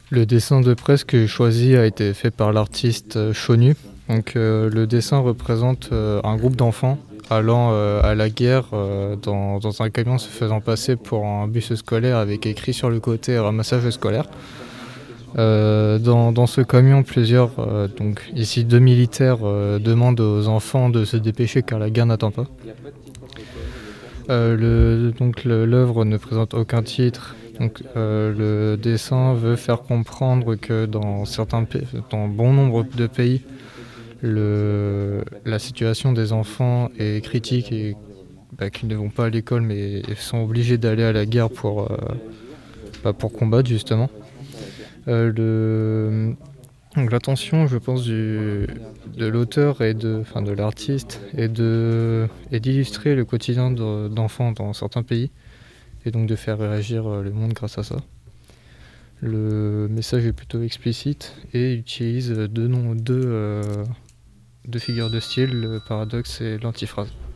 Le dessin de presse que j'ai choisi a été fait par l'artiste Chonu. Donc, le dessin représente un groupe d'enfants allant à la guerre dans un camion se faisant passer pour un bus scolaire avec écrit sur le côté ramassage scolaire. Dans ce camion, plusieurs, donc ici 2 militaires, demandent aux enfants de se dépêcher car la guerre n'attend pas. L'œuvre ne présente aucun titre. Donc, le dessin veut faire comprendre que dans bon nombre de pays, la situation des enfants est critique et qu'ils ne vont pas à l'école mais sont obligés d'aller à la guerre pour combattre justement. Donc l'intention, je pense, de l'auteur et de l'artiste est d'illustrer le quotidien d'enfants dans certains pays et donc de faire réagir le monde grâce à ça. Le message est plutôt explicite et utilise deux figures de style, le paradoxe et l'antiphrase.